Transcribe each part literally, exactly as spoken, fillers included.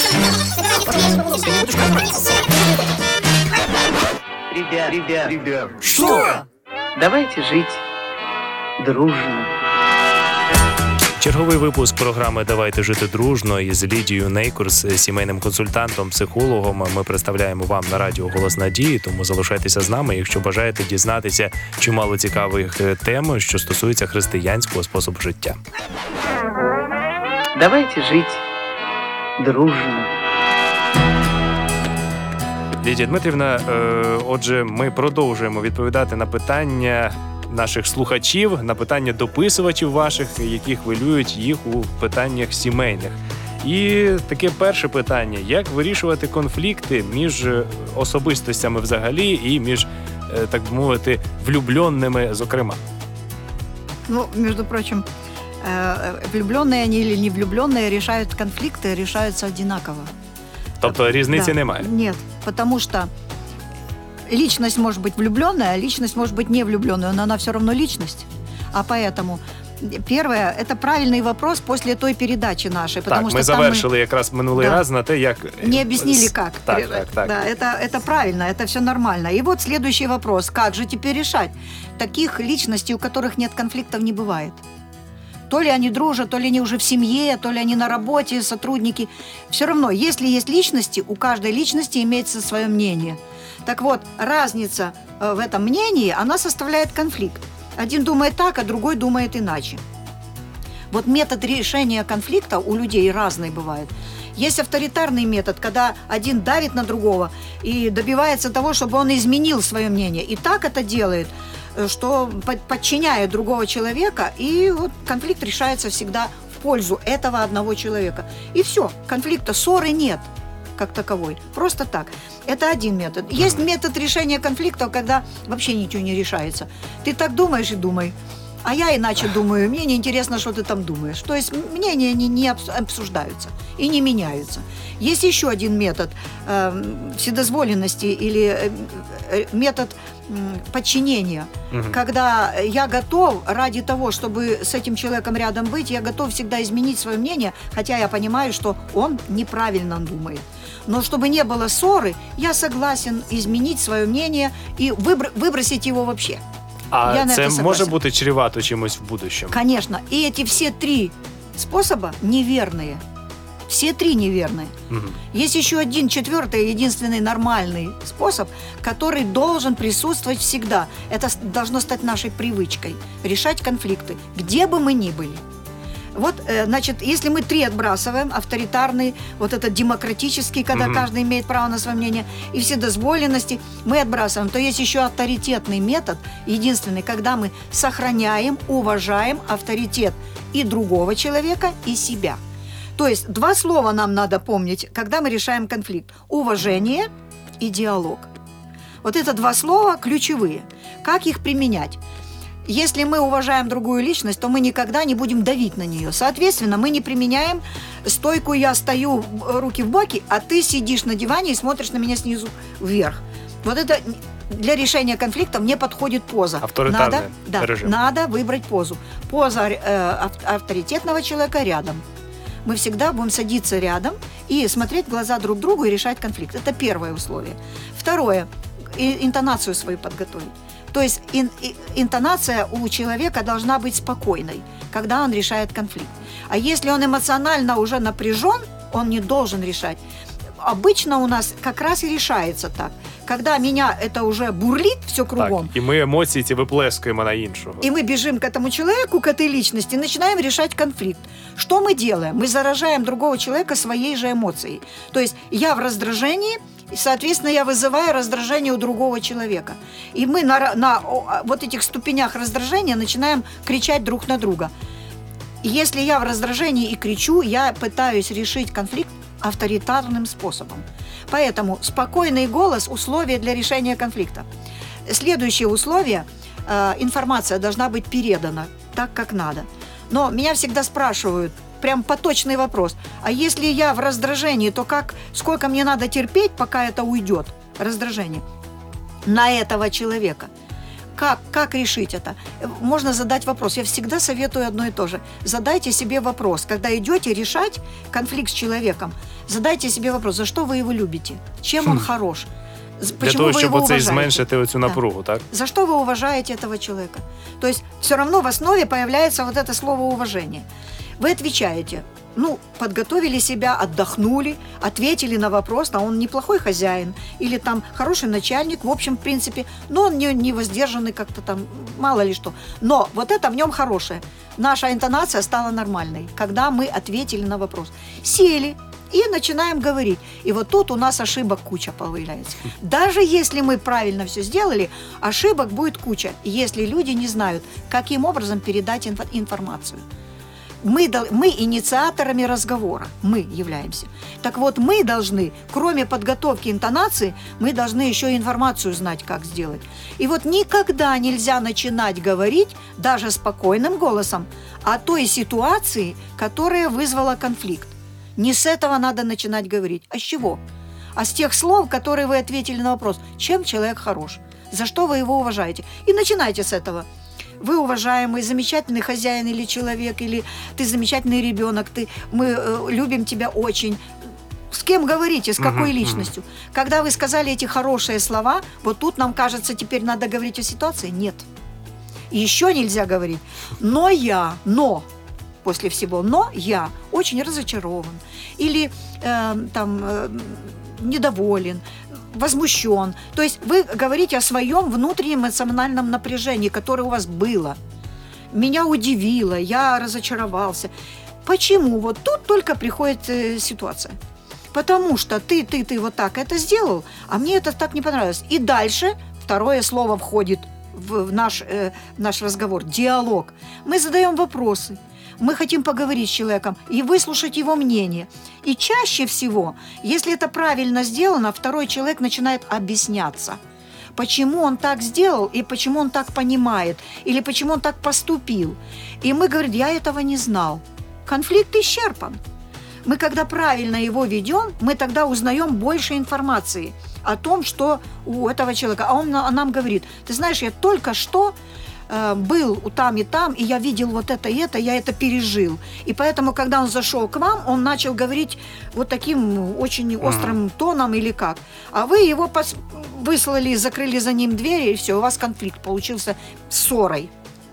Ребят, ребят, Ребят. Что? давайте жить дружно. Черговий випуск програми «Давайте жити дружно» із Лідією Нейкурс, сімейним консультантом, психологом. Ми представляємо вам на радіо «Голос Надії», тому залишайтеся з нами, якщо бажаєте дізнатися чимало цікавих тем, що стосуються християнського способу життя. Давайте жить дружно. Лідія Дмитрівна, отже, ми продовжуємо відповідати на питання наших слухачів, на питання дописувачів ваших, які хвилюють їх у питаннях сімейних. І таке перше питання: як вирішувати конфлікти між особистостями взагалі і між, так би мовити, влюбленими зокрема? Ну, между прочим, влюбленные они или не влюбленные решают конфликты, решаются одинаково. Тобто різниці Да. немає? Нет, потому что личность может быть влюбленная, а личность может быть не влюбленная, но она все равно личность. А поэтому первое, это правильный вопрос после той передачи нашей. Потому Так, что ми там завершили якраз минулий Да. раз на те, як... не объяснили, как. Так, так, так. Да, это, это правильно, это все нормально. И вот следующий вопрос. Как же теперь решать? Таких личностей, у которых нет конфликтов, не бывает. То ли они дружат, то ли они уже в семье, то ли они на работе, сотрудники. Все равно, если есть личности, у каждой личности имеется свое мнение. Так вот, разница в этом мнении, она составляет конфликт. Один думает так, а другой думает иначе. Вот метод решения конфликта у людей разный бывает. Есть авторитарный метод, когда один давит на другого и добивается того, чтобы он изменил свое мнение. И так это делает, что подчиняет другого человека, и вот конфликт решается всегда в пользу этого одного человека. И все, конфликта, ссоры нет как таковой. Просто так. Это один метод. Есть метод решения конфликтов, когда вообще ничего не решается. Ты так думаешь и думай. А я иначе думаю, мне неинтересно, что ты там думаешь. То есть мнения не, не обсуждаются и не меняются. Есть еще один метод э, вседозволенности или э, метод э, подчинения. Угу. Когда я готов ради того, чтобы с этим человеком рядом быть, я готов всегда изменить свое мнение, хотя я понимаю, что он неправильно думает. Но чтобы не было ссоры, я согласен изменить свое мнение и выбр- выбросить его вообще. А Я на це це може согласен. бути чревато чимось в будущем? Конечно. И эти все три способа неверные. Все три неверные. Мгм. Есть еще один, четвертый, единственный нормальный способ, который должен присутствовать всегда. Это с- должно стать нашей привычкой. Решать конфликты, где бы мы ни были. Вот, э, значит, если мы три отбрасываем, авторитарный, вот этот демократический, когда Мгм. каждый имеет право на свое мнение, и вседозволенности мы отбрасываем, то есть еще авторитетный метод, единственный, когда мы сохраняем, уважаем авторитет и другого человека, и себя. То есть два слова нам надо помнить, когда мы решаем конфликт. Уважение и диалог. Вот это два слова ключевые. Как их применять? Если мы уважаем другую личность, то мы никогда не будем давить на нее. Соответственно, мы не применяем стойку «я стою, руки в боки, а ты сидишь на диване и смотришь на меня снизу вверх». Вот это для решения конфликтов не подходит поза. Авторитарный надо, да, режим. надо выбрать позу. Поза э, ав- авторитетного человека рядом. Мы всегда будем садиться рядом и смотреть в глаза друг другу и решать конфликт. Это первое условие. Второе. И интонацию свою подготовить. То есть ин, и, интонация у человека должна быть спокойной, когда он решает конфликт. А если он эмоционально уже напряжен, он не должен решать. Обычно у нас как раз и решается так. Когда меня это уже бурлит все кругом, Так, і ми емоції ці виплескуємо на іншого. и мы бежим к этому человеку, к этой личности, начинаем решать конфликт. Что мы делаем? Мы заражаем другого человека своей же эмоцией. То есть я в раздражении, и, соответственно, я вызываю раздражение у другого человека. И мы на, на о, вот этих ступенях раздражения начинаем кричать друг на друга. И если я в раздражении и кричу, я пытаюсь решить конфликт авторитарным способом. Поэтому спокойный голос – условие для решения конфликта. Следующее условие э, – информация должна быть передана так, как надо. Но меня всегда спрашивают, прям поточный вопрос, а если я в раздражении, то как, сколько мне надо терпеть, пока это уйдет, раздражение, на этого человека? Как, как решить это? Можно задать вопрос. Я всегда советую одно и то же. Задайте себе вопрос. Когда идете решать конфликт с человеком, задайте себе вопрос, за что вы его любите? Чем он Хм. хорош? З- Для Почему того, вы щоб его оце уважаете? зменшити оцю напругу, так? За что вы уважаете этого человека? То есть все равно в основе появляется вот это слово уважение. Вы отвечаете, ну, подготовили себя, отдохнули, ответили на вопрос, а он неплохой хозяин или там хороший начальник, в общем, в принципе, но он не, не воздержанный как-то там, мало ли что. Но вот это в нем хорошее. Наша интонация стала нормальной, когда мы ответили на вопрос. Сели и начинаем говорить. И вот тут у нас ошибок куча появляется. Даже если мы правильно все сделали, ошибок будет куча, если люди не знают, каким образом передать инфо- информацию. Мы, дол- мы инициаторами разговора, мы являемся. Так вот, мы должны, кроме подготовки интонации, мы должны еще информацию знать, как сделать. И вот никогда нельзя начинать говорить, даже спокойным голосом, о той ситуации, которая вызвала конфликт. Не с этого надо начинать говорить. А с чего? А с тех слов, которые вы ответили на вопрос, чем человек хорош, за что вы его уважаете. И начинайте с этого. Вы уважаемый, замечательный хозяин или человек, или ты замечательный ребенок, ты, мы э, любим тебя очень. С кем говорите, с какой Мгм, личностью? Когда вы сказали эти хорошие слова, вот тут нам кажется, теперь надо говорить о ситуации. Нет. Еще нельзя говорить. Но я, но, после всего, но я очень разочарован. Или э, там э, недоволен, возмущен. То есть вы говорите о своем внутреннем эмоциональном напряжении, которое у вас было. Меня удивило, я разочаровался. Почему? Вот тут только приходит э, ситуация. Потому что ты, ты, ты вот так это сделал, а мне это так не понравилось. И дальше второе слово входит в, в наш, э, в наш разговор. Диалог. Мы задаем вопросы. Мы хотим поговорить с человеком и выслушать его мнение. И чаще всего, если это правильно сделано, второй человек начинает объясняться, почему он так сделал и почему он так понимает, или почему он так поступил. И мы говорим, я этого не знал. Конфликт исчерпан. Мы, когда правильно его ведем, мы тогда узнаем больше информации о том, что у этого человека. А он на- нам говорит, ты знаешь, я только что э, был там и там, и я видел вот это и это, я это пережил. И поэтому, когда он зашел к вам, он начал говорить вот таким ну, очень острым тоном или как. А вы его пос- выслали, закрыли за ним двери, и все, у вас конфликт получился ссорой.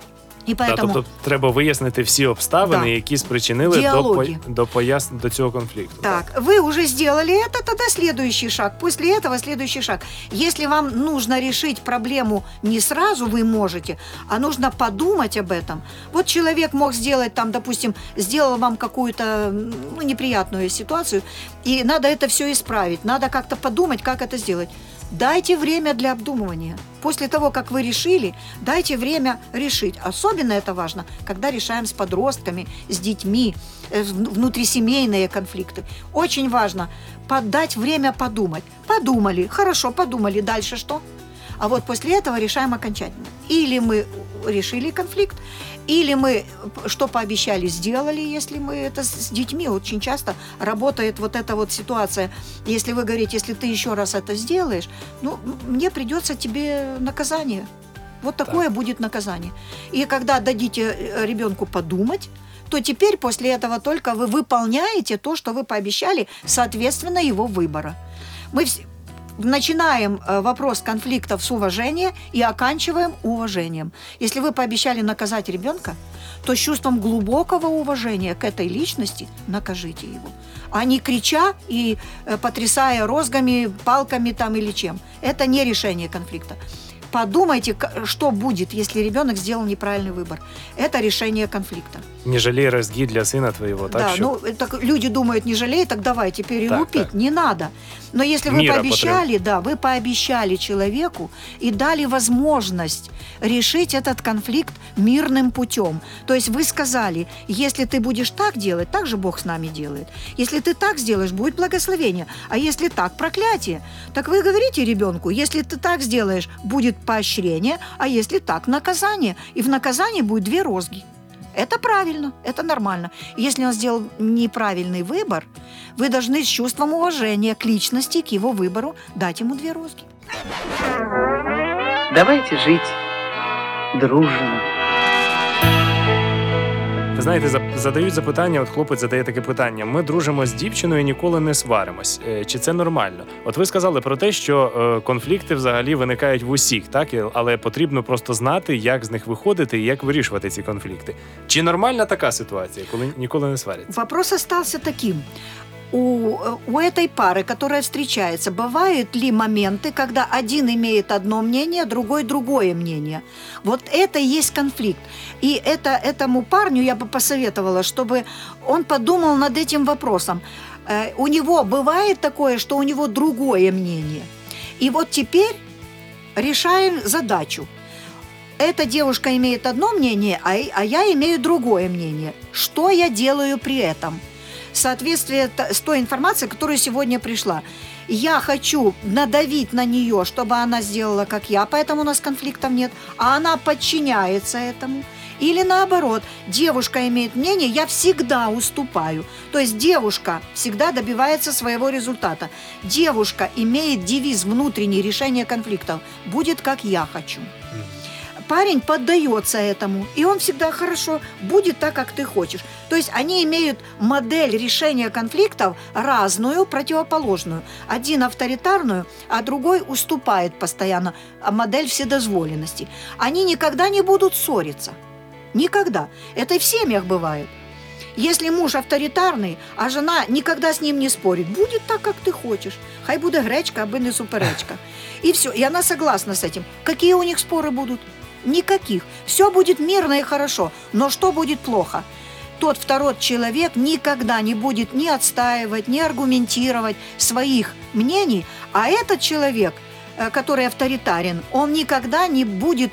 І Та, поэтому тобто треба вияснити всі обставини, Да. які спричинили до, Діалоги. по- до, пояс... до цього конфлікту. так, вы уже сделали это, тогда следующий шаг. После этого следующий шаг. Если вам нужно решить проблему не сразу, вы можете, а нужно подумать об этом. Вот человек мог сделать там, допустим, сделал вам какую-то ну, неприятную ситуацию, и надо это все исправить. Надо как-то подумать, как это сделать. Дайте время для обдумывания. После того, как вы решили, дайте время решить. Особенно это важно, когда решаем с подростками, с детьми, э, вн- внутрисемейные конфликты. Очень важно подать время подумать. Подумали, хорошо, подумали, дальше что? А вот после этого решаем окончательно. Или мы решили конфликт, или мы что пообещали, сделали, если мы это с с детьми. Очень часто работает вот эта вот ситуация. Если вы говорите, если ты еще раз это сделаешь, ну, м- мне придется тебе наказание. Вот такое будет наказание. И когда дадите э, ребенку подумать, то теперь после этого только вы выполняете то, что вы пообещали, соответственно, его выбора. Мы вс- начинаем э, вопрос конфликтов с уважения и оканчиваем уважением. Если вы пообещали наказать ребенка, то с чувством глубокого уважения к этой личности накажите его. А не крича и э, потрясая розгами, палками там или чем. Это не решение конфликта. Подумайте, к- что будет, если ребенок сделал неправильный выбор. Это решение конфликта. Не жалей розги для сина твоего, так Да, що ну так люди думают, не жалей, так давайте перелупить, так. не надо. Но если вы Мира пообещали, да, вы пообещали человеку и дали возможность решить этот конфликт мирным путем. То есть вы сказали, если ты будешь так делать, так же Бог с нами делает. Если ты так сделаешь, будет благословение. А если так, проклятие. Так вы говорите ребенку, если ты так сделаешь, будет поощрение, а если так, наказание. И в наказании будет две розги. Это правильно, это нормально. Если он сделал неправильный выбор, вы должны с чувством уважения к личности, к его выбору дать ему две розги. Давайте жить дружно. Ви знаєте, за- задають запитання, от хлопець задає таке питання: ми дружимо з дівчиною і ніколи не сваримось. Е, Чи це нормально? От ви сказали про те, що е, конфлікти взагалі виникають в усіх, так? І- Але потрібно просто знати, як з них виходити і як вирішувати ці конфлікти. Чи нормальна така ситуація, коли ніколи не сваряться? Вопрос остался таким. У, э, у этой пары, которая встречается, бывают ли моменты, когда один имеет одно мнение, другой другое мнение? Вот это и есть конфликт. И это, этому парню я бы посоветовала, чтобы он подумал над этим вопросом. Э, у него бывает такое, что у него другое мнение. И вот теперь решаем задачу. Эта девушка имеет одно мнение, а, и- а я имею другое мнение. Что я делаю при этом? Соответствие т- с той информацией, которая сегодня пришла. Я хочу надавить на нее, чтобы она сделала, как я, поэтому у нас конфликтов нет, а она подчиняется этому. Или наоборот, девушка имеет мнение, я всегда уступаю. То есть девушка всегда добивается своего результата. Девушка имеет девиз внутреннее решение конфликтов. Будет, как я хочу. Парень поддается этому, и он всегда хорошо будет так, как ты хочешь. То есть они имеют модель решения конфликтов разную, противоположную. Один авторитарную, а другой уступает постоянно, а модель вседозволенности. Они никогда не будут ссориться. Никогда. Это и в семьях бывает. Если муж авторитарний, а жена никогда с ним не спорит, будет так, как ты хочешь. Хай буде гречка, аби не суперечка. И все. И она согласна с этим. Какие у них споры будут? Никаких. Все будет мирно и хорошо. Но что будет плохо? Тот второй человек никогда не будет ни отстаивать, ни аргументировать своих мнений, а этот человек, э, который авторитарен, он никогда не будет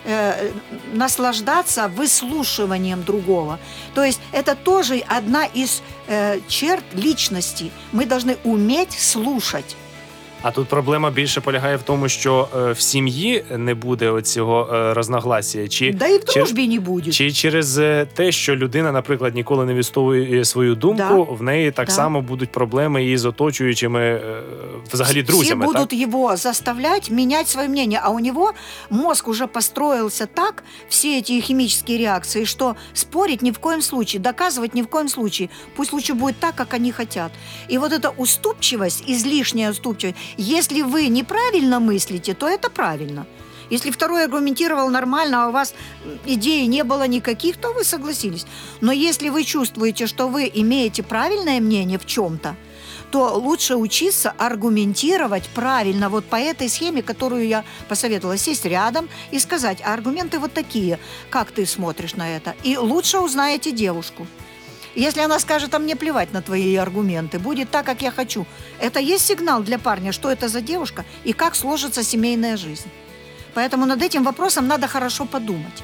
э, наслаждаться выслушиванием другого. То есть это тоже одна из э, черт личности. Мы должны уметь слушать. А тут проблема більше полягає в тому, що е, в сім'ї не буде оцього е, розногласія. Чи, Да и в чи, дружбе не будет. чи через е, те, що людина, наприклад, ніколи не відстоює свою думку, Да. в неї так Да. само будуть проблеми і з оточуючими е, взагалі друзями. Все так? будут его заставлять менять свое мнение, а у него мозг уже построился так, все эти химические реакции, что спорить ни в коем случае, доказывать ни в коем случае. Пусть лучше будет так, как они хотят. И вот эта уступчивость, излишняя уступчивость, если вы неправильно мыслите, то это правильно. Если второй аргументировал нормально, а у вас идей не было никаких, то вы согласились. Но если вы чувствуете, что вы имеете правильное мнение в чем-то, то лучше учиться аргументировать правильно вот по этой схеме, которую я посоветовала, сесть рядом и сказать, а аргументы вот такие, как ты смотришь на это? И лучше узнаете девушку. Если она скажет, а мне плевать на твои аргументы, будет так, как я хочу, это есть сигнал для парня, что это за девушка и как сложится семейная жизнь. Поэтому над этим вопросом надо хорошо подумать.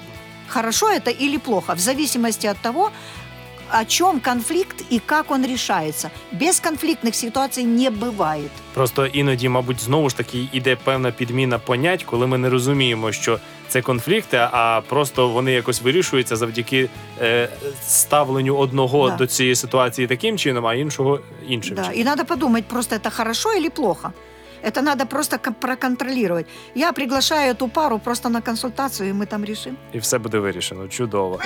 Хорошо это или плохо, в зависимости от того, о чем конфликт и как он решается. Бесконфликтных ситуаций не бывает. Просто іноді, мабуть, знову ж таки йде певна підміна понять, коли ми не розуміємо, що це конфлікти, а просто вони якось вирішуються завдяки е, ставленню одного Да. до цієї ситуації таким чином, а іншого іншим Да, чином. и надо подумать, просто это хорошо или плохо. Это надо просто ко- проконтролировать. Я приглашаю эту пару просто на консультацию, и мы там решим. І все буде вирішено. Чудово.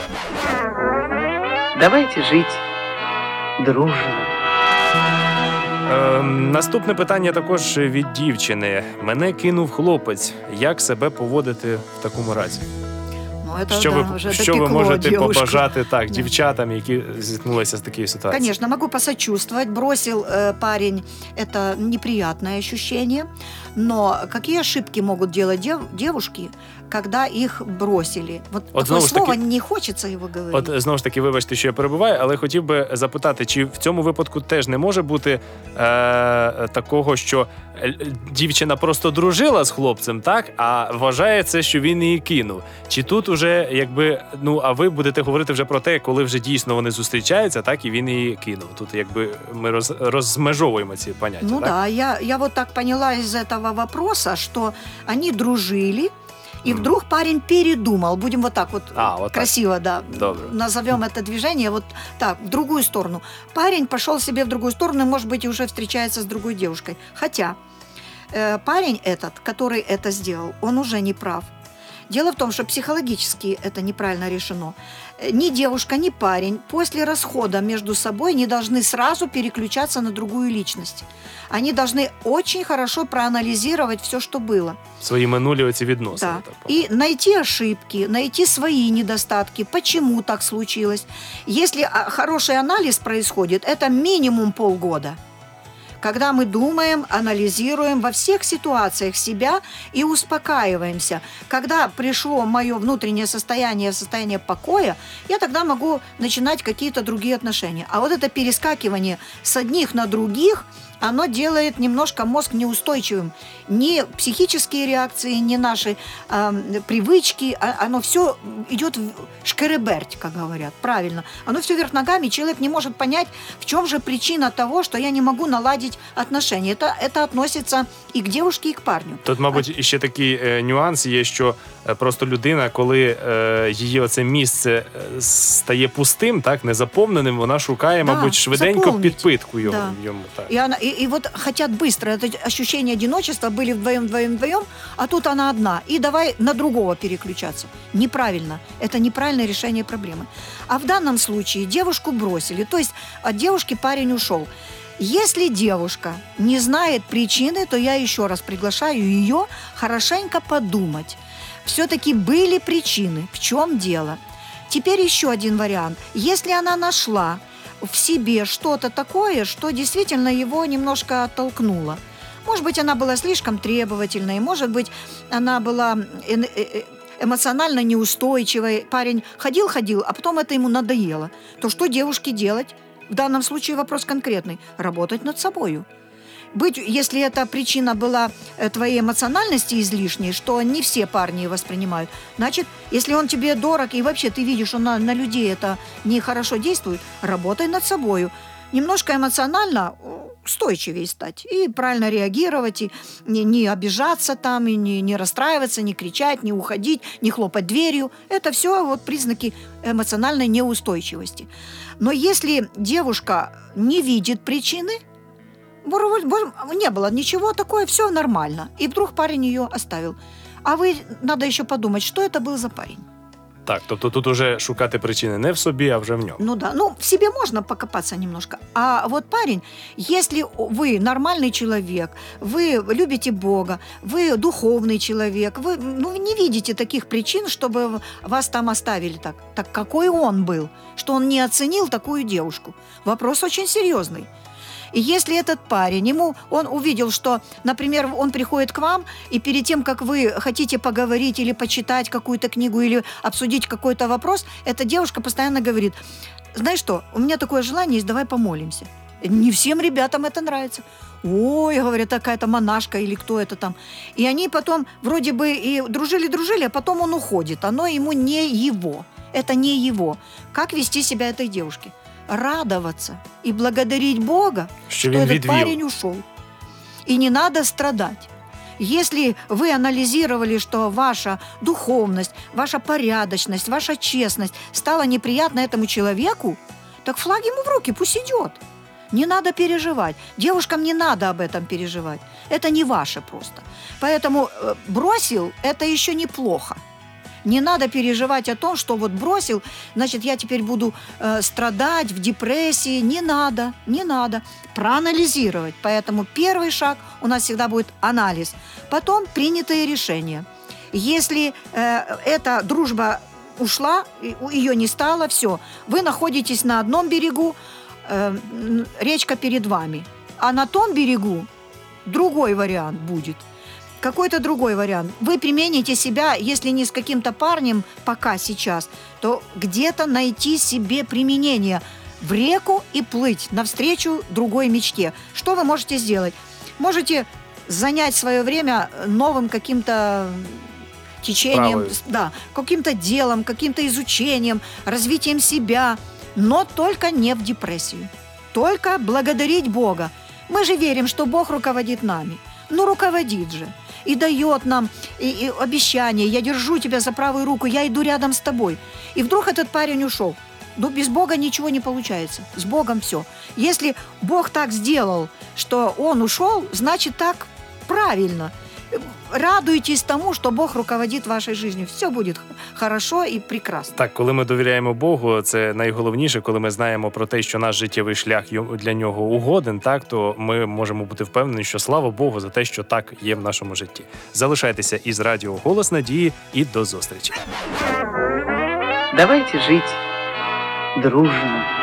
Давайте жить дружно. Е, наступне питання також від дівчини. Мене кинув хлопець. Як себе поводити в такому разі? Ну, это Що да, ви, уже що ви допекло можете девушку. побажати так, Да. дівчатам, які зіткнулися з такою ситуацією? Конечно, могу посочувствовать. Бросил э, парень, это неприятное ощущение. Но какие ошибки могут делать дев- девушки, когда их бросили? Вот Вот такое снова ж слово таки- не хочется его говорить. От знову ж таки, вибачте, що я перебуваю, але хотів би запитати, чи в цьому випадку теж не може бути е, такого, що е, дівчина просто дружила з хлопцем, так, а вважає це, що він її кинув. Чи тут уже, якби, ну, а ви будете говорити вже про те, коли вже дійсно вони зустрічаються, так, і він її кинув. Тут, якби, ми роз, розмежовуємо ці поняття, Ну так? да, я, я вот так поняла из этого вопроса, что они дружили, и Мгм. вдруг парень передумал. Будем вот так вот А, вот так. красиво, да, Добре. назовем это движение вот так, в другую сторону. Парень пошел себе в другую сторону, и, может быть, и уже встречается с другой девушкой. Хотя э, парень этот, который это сделал, он уже не прав. Дело в том, что психологически это неправильно решено. Ни девушка, ни парень после расхода между собой не должны сразу переключаться на другую личность. Они должны очень хорошо проанализировать все, что было. Свої минулі оці відносини. Да. Так. И найти ошибки, найти свои недостатки, почему так случилось. Если а, хороший анализ происходит, это минимум полгода. Когда мы думаем, анализируем во всех ситуациях себя и успокаиваемся. Когда пришло мое внутреннее состояние, состояние покоя, я тогда могу начинать какие-то другие отношения. А вот это перескакивание с одних на других, оно делает немножко мозг неустойчивым. Ни психические реакции, ни наши э, привычки, а, оно все идет в шкереберть, как говорят, правильно. Оно все вверх ногами, человек не может понять, в чем же причина того, что я не могу наладить отношения. Это, это относится и к девушке, и к парню. Тут, мабуть, ще такий е, нюанс є, що е, просто людина, коли е, її оце місце е, стає пустим, так, незаповненим, вона шукає, Да, мабуть, швиденько заповнить. підпитку йому. Да. йому так. И, она, и, и вот хотят быстро, это ощущение одиночества, были вдвоем, вдвоем, вдвоем, а тут она одна, и давай на другого переключаться. Неправильно. Это неправильное решение проблемы. А в данном случае девушку бросили, то есть от девушки парень ушел. Если девушка не знает причины, то я еще раз приглашаю ее хорошенько подумать. Все-таки были причины, в чем дело. Теперь еще один вариант. Если она нашла в себе что-то такое, что действительно его немножко оттолкнуло. Может быть, она была слишком требовательной, может быть, она была эмоционально неустойчивой. Парень ходил-ходил, а потом это ему надоело. То что девушке делать? В данном случае вопрос конкретный. Работать над собою. Быть, если эта причина была твоей эмоциональности излишней, что не все парни воспринимают, значит, если он тебе дорог, и вообще ты видишь, что на, на людей это нехорошо действует, работай над собою. Немножко эмоционально устойчивее стать. И правильно реагировать, и не, не обижаться там, и не, не расстраиваться, не кричать, не уходить, не хлопать дверью. Это все вот признаки эмоциональной неустойчивости. Но если девушка не видит причины, не было ничего, такое, все нормально. И вдруг парень ее оставил. А вы, надо еще подумать, что это был за парень. Так, тобто тут уже шукати причини не в собі, а вже в ньому. Ну да, ну в себе можно покопаться немножко. А вот парень, если вы нормальный человек, вы любите Бога, вы духовный человек, вы ну, не видите таких причин, чтобы вас там оставили так. Так какой он был, что он не оценил такую девушку? Вопрос очень серьезный. И если этот парень, ему, он увидел, что, например, он приходит к вам, и перед тем, как вы хотите поговорить или почитать какую-то книгу, или обсудить какой-то вопрос, эта девушка постоянно говорит: знаешь что, у меня такое желание есть, давай помолимся. Не всем ребятам это нравится. Ой, говорят, такая-то монашка или кто это там. И они потом вроде бы и дружили-дружили, а потом он уходит. Оно ему не его. Это не его. Как вести себя этой девушке? Радоваться и благодарить Бога, что, что этот відвів. парень ушел. И не надо страдать. Если вы анализировали, что ваша духовность, ваша порядочность, ваша честность стала неприятна этому человеку, так флаг ему в руки, пусть идет. Не надо переживать. Девушкам не надо об этом переживать. Это не ваше просто. Поэтому э, бросил – это еще неплохо. Не надо переживать о том, что вот бросил, значит, я теперь буду э, страдать в депрессии. Не надо, не надо. Проанализировать. Поэтому первый шаг у нас всегда будет анализ. Потом принятые решения. Если э, эта дружба ушла, ее не стало, все. Вы находитесь на одном берегу, э, речка перед вами. А на том берегу другой вариант будет. Какой-то другой вариант. Вы примените себя, если не с каким-то парнем пока сейчас, то где-то найти себе применение в реку и плыть навстречу другой мечте. Что вы можете сделать? Можете занять свое время новым каким-то течением, Правой. да, каким-то делом, каким-то изучением, развитием себя, но только не в депрессию. Только благодарить Бога. Мы же верим, что Бог руководит нами. Ну, руководит же. И дает нам и, и обещание: я держу тебя за правую руку, я иду рядом с тобой. И вдруг этот парень ушел. Ну, без Бога ничего не получается. С Богом все. Если Бог так сделал, что он ушел, значит, так правильно. радуйтесь тому, что Бог руководит вашей жизнью. Все будет х- хорошо и прекрасно. Так, коли ми довіряємо Богу, це найголовніше, коли ми знаємо про те, що наш життєвий шлях йому- для нього угоден, так, то ми можемо бути впевнені, що слава Богу за те, що так є в нашому житті. Залишайтеся із радіо «Голос надії» і до зустрічі. Давайте жить дружно.